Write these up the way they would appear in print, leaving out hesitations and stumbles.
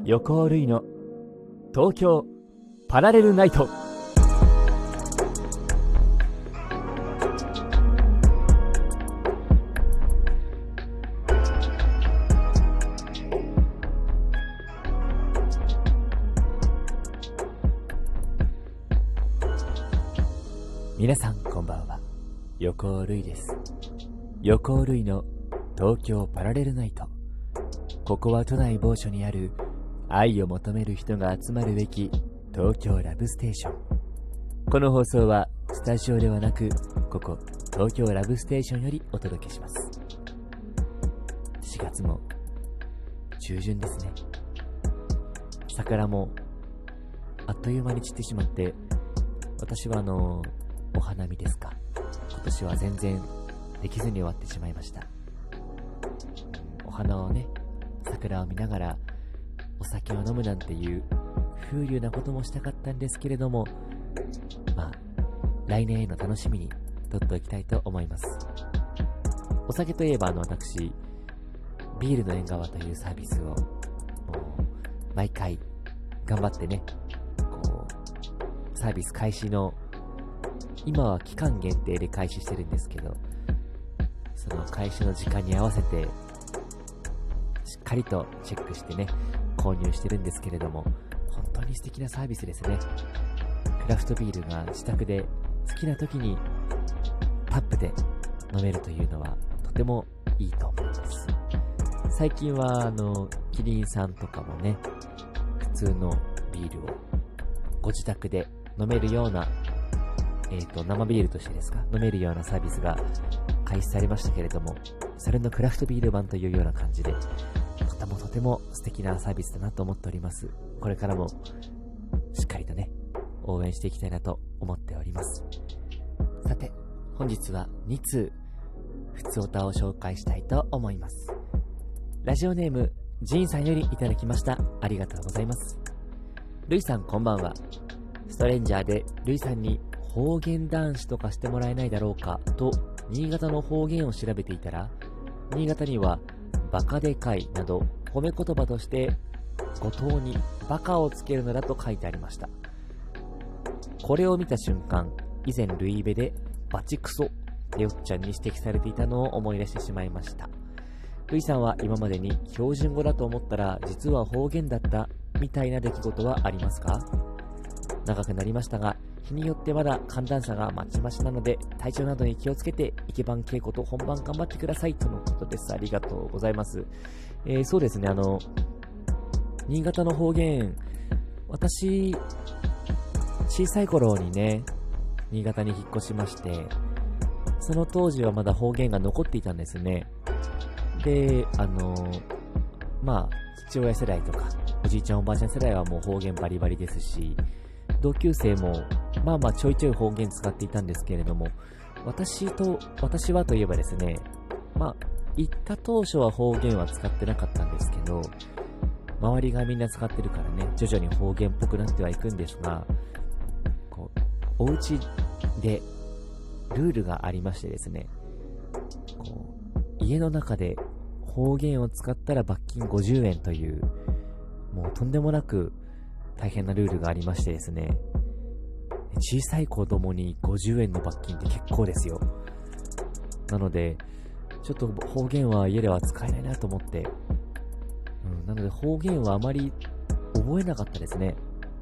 横尾類の東京パラレルナイト。皆さんこんばんは、横尾類です。横尾類の東京パラレルナイト。ここは都内某所にある愛を求める人が集まるべき東京ラブステーション。この放送はスタジオではなく、ここ東京ラブステーションよりお届けします。4月も中旬ですね。桜もあっという間に散ってしまって、私はお花見ですか、今年は全然できずに終わってしまいました。お花をね、桜を見ながらお酒を飲むなんていう風流なこともしたかったんですけれども、来年への楽しみにとっておきたいと思います。お酒といえば私、ビールの縁側というサービスを毎回頑張ってね、サービス開始の今は期間限定で開始してるんですけど、その開始の時間に合わせてしっかりとチェックしてね、購入してるんですけれども、本当に素敵なサービスですね。クラフトビールが自宅で好きな時にタップで飲めるというのはとてもいいと思います。最近はキリンさんとかもね、普通のビールをご自宅で飲めるような生ビールとしてですか、飲めるようなサービスが開始されましたけれども、それのクラフトビール版というような感じで、とても素敵なサービスだなと思っております。これからもしっかりとね、応援していきたいなと思っております。さて、本日は2通ふつおたを紹介したいと思います。ラジオネームジンさんよりいただきました。ありがとうございます。ルイさんこんばんは。ストレンジャーでルイさんに方言男子とかしてもらえないだろうかと新潟の方言を調べていたら、新潟にはバカでかいなど褒め言葉として後藤にバカをつけるのだと書いてありました。これを見た瞬間、以前ルイベでバチクソってよっちゃんに指摘されていたのを思い出してしまいました。ルイさんは今までに標準語だと思ったら実は方言だったみたいな出来事はありますか？長くなりましたが、日によってまだ寒暖差がまちまちなので、体調などに気をつけて池番稽古と本番頑張ってくださいとのことです。ありがとうございます。そうですね、新潟の方言、私小さい頃にね、新潟に引っ越しまして、その当時はまだ方言が残っていたんですね。で、父親世代とかおじいちゃんおばあちゃん世代はもう方言バリバリですし、同級生もちょいちょい方言使っていたんですけれども、私はといえばですね、行った当初は方言は使ってなかったんですけど、周りがみんな使ってるからね、徐々に方言っぽくなってはいくんですが、お家でルールがありましてですね、家の中で方言を使ったら罰金50円という、もうとんでもなく大変なルールがありましてですね、小さい子供に50円の罰金って結構ですよ。なのでちょっと方言は家では使えないなと思って、なので方言はあまり覚えなかったですね。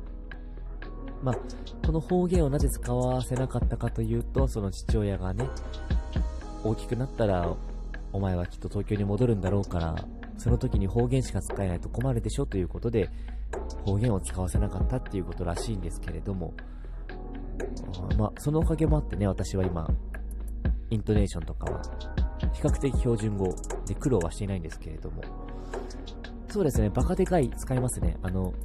この方言をなぜ使わせなかったかというと、その父親がね、大きくなったらお前はきっと東京に戻るんだろうから、その時に方言しか使えないと困るでしょということで方言を使わせなかったっていうことらしいんですけれども、そのおかげもあってね、私は今イントネーションとかは比較的標準語で苦労はしていないんですけれども、そうですね、バカでかい使いますね。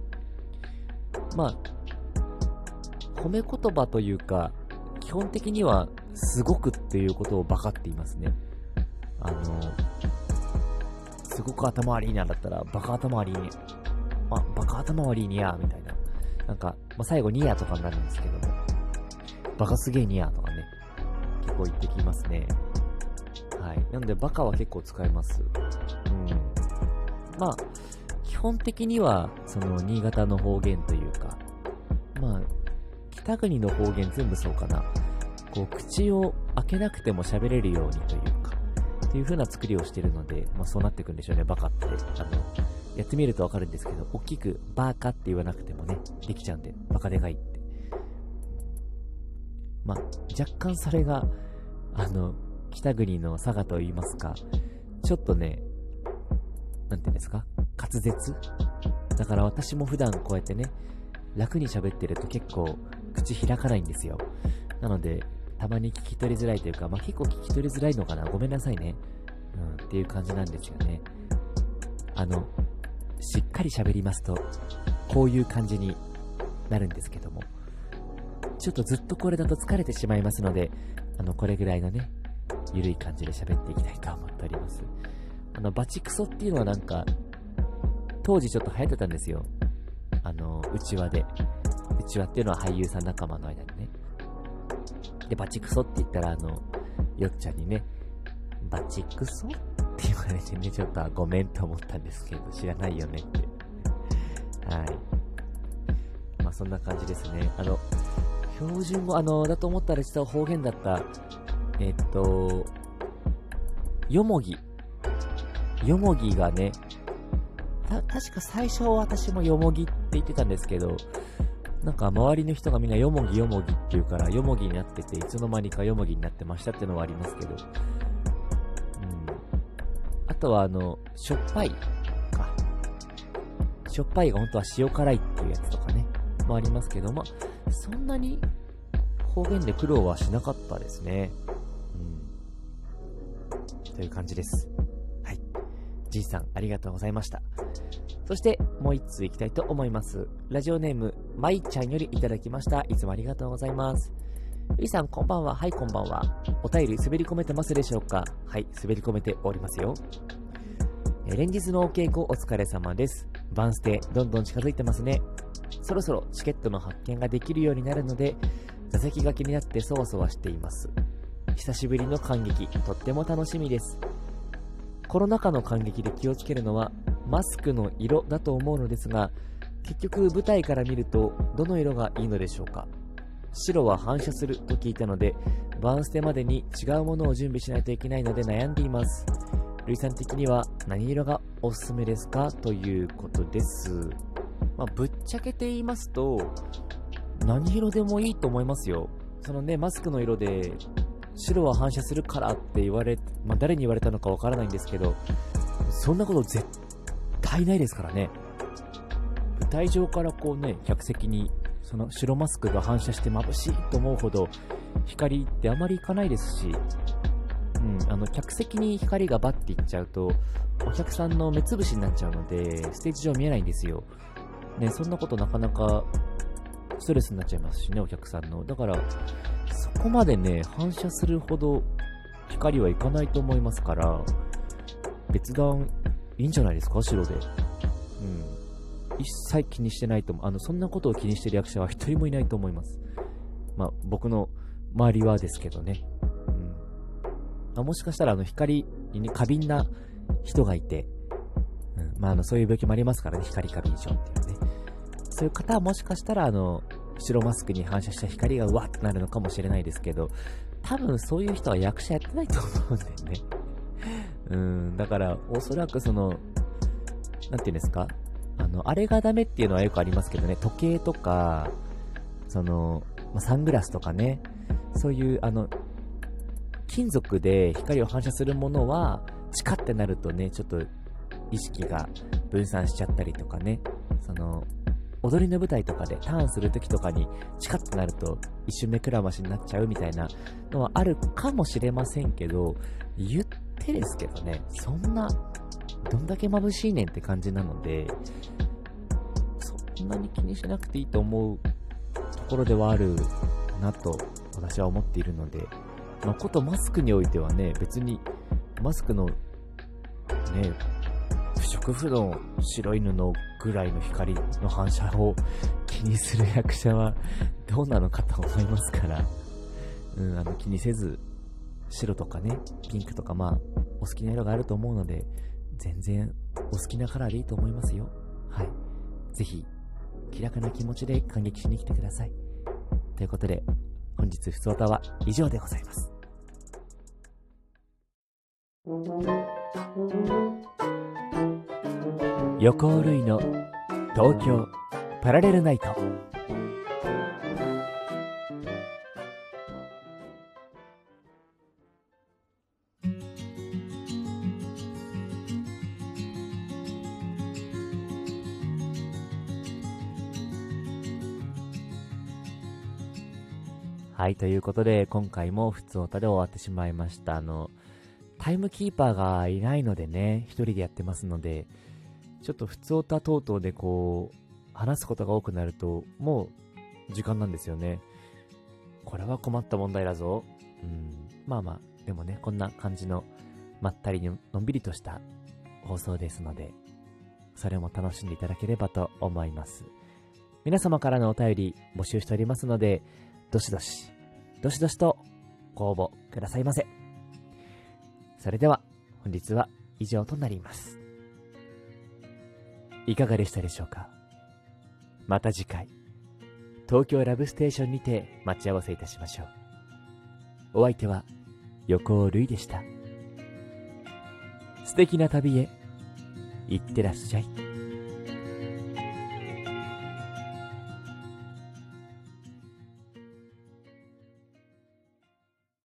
褒め言葉というか、基本的にはすごくっていうことをバカって言いますね。すごく頭悪いなだったらバカ頭悪いね、バカ頭悪いにゃーみたいな、最後ニヤとかになるんですけども、バカすげえニヤとかね、結構言ってきますね。はい。なのでバカは結構使います。基本的には、その新潟の方言というか、まあ、北国の方言全部そうかな。こう、口を開けなくても喋れるようにというか、っていう風な作りをしてるので、まあそうなってくんでしょうね、バカって。やってみるとわかるんですけど、大きくバカって言わなくてもね、できちゃうんで、バカでかいって。まあ、若干それが、北国の佐賀と言いますか、ちょっとね、なんていうんですか、滑舌だから私も普段こうやってね、楽に喋ってると結構口開かないんですよ。なので、たまに聞き取りづらいというか、まあ、結構聞き取りづらいのかな、ごめんなさいね。っていう感じなんですよね。しっかり喋りますと、こういう感じになるんですけども、ちょっとずっとこれだと疲れてしまいますので、これぐらいのね、ゆるい感じで喋っていきたいと思っております。バチクソっていうのはなんか、当時ちょっと流行ってたんですよ。うちわで。うちわっていうのは俳優さん仲間の間にね。で、バチクソって言ったらよっちゃんにね、バチクソって言われてね、ちょっとごめんと思ったんですけど、知らないよねって。はい。まあそんな感じですね。標準語、だと思ったら実は方言だった、よもぎ。よもぎがね、確か最初は私もよもぎって言ってたんですけど、なんか周りの人がみんなよもぎよもぎって言うからよもぎになってて、いつの間にかよもぎになってましたっていうのはありますけど、あとはしょっぱいか。しょっぱいが本当は塩辛いっていうやつとかね、もありますけど、まあ、そんなに方言で苦労はしなかったですね。という感じです。はい。じいさん、ありがとうございました。そして、もう一通いきたいと思います。ラジオネーム、まいちゃんよりいただきました。いつもありがとうございます。ゆいさん、こんばんは。はい、こんばんは。お便り滑り込めてますでしょうか？はい、滑り込めておりますよ。連日のお稽古お疲れ様です。バンステ、どんどん近づいてますね。そろそろチケットの発見ができるようになるので、座席が気になってそわそわしています。久しぶりの観劇、とっても楽しみです。コロナ禍の観劇で気をつけるのはマスクの色だと思うのですが、結局舞台から見るとどの色がいいのでしょうか。白は反射すると聞いたので、バーンステまでに違うものを準備しないといけないので悩んでいます。ルイさん的には何色がおすすめですかということです。まあ、ぶっちゃけて言いますと、何色でもいいと思いますよ。そのね、マスクの色で白は反射するからって言われ、まあ、誰に言われたのかわからないんですけど、そんなこと絶対ないですからね。舞台上からこうね、客席にその白マスクが反射して眩しいと思うほど光ってあまりいかないですし、客席に光がバッていっちゃうとお客さんの目つぶしになっちゃうので、ステージ上見えないんですよ。ね、そんなことなかなかストレスになっちゃいますしね、お客さんの。だからそこまでね、反射するほど光はいかないと思いますから、別段いいんじゃないですか、白で。一切気にしてないと思う。そんなことを気にしてる役者は一人もいないと思います。まあ僕の周りはですけどね。もしかしたら光に過敏な人がいて、そういう病気もありますからね、光過敏症っていうね。そういう方はもしかしたら白マスクに反射した光がうわっとなるのかもしれないですけど、多分そういう人は役者やってないと思うんだよね。だからおそらくなんていうんですか、あれがダメっていうのはよくありますけどね、時計とかサングラスとかね、そういう金属で光を反射するものはチカってなるとね、ちょっと意識が分散しちゃったりとかね、踊りの舞台とかでターンするときとかにチカってなると一瞬目くらましになっちゃうみたいなのはあるかもしれませんけど、言ってですけどね、そんなどんだけ眩しいねんって感じなので、そんなに気にしなくていいと思うところではあるなと私は思っているので、ことマスクにおいてはね、別にマスクのね、不織布の白い布ぐらいの光の反射を気にする役者はどうなのかと思いますから、気にせず白とかね、ピンクとかお好きな色があると思うので、全然お好きなカラーでいいと思いますよ。 はい。ぜひ、気楽な気持ちで感激しに来てください。ということで、本日ふつおたは以上でございます。横尾類の東京パラレルナイト。はい、ということで今回もふつおたで終わってしまいました。タイムキーパーがいないのでね、一人でやってますので、ちょっとふつおた等々で話すことが多くなると、もう時間なんですよね。これは困った問題だぞ。まあまあ、でもね、こんな感じのまったりのんびりとした放送ですので、それも楽しんでいただければと思います。皆様からのお便り募集しておりますので、どしどしとご応募くださいませ。それでは本日は以上となります。いかがでしたでしょうか。また次回、東京ラブステーションにて待ち合わせいたしましょう。お相手は横尾類でした。素敵な旅へ行ってらっしゃい。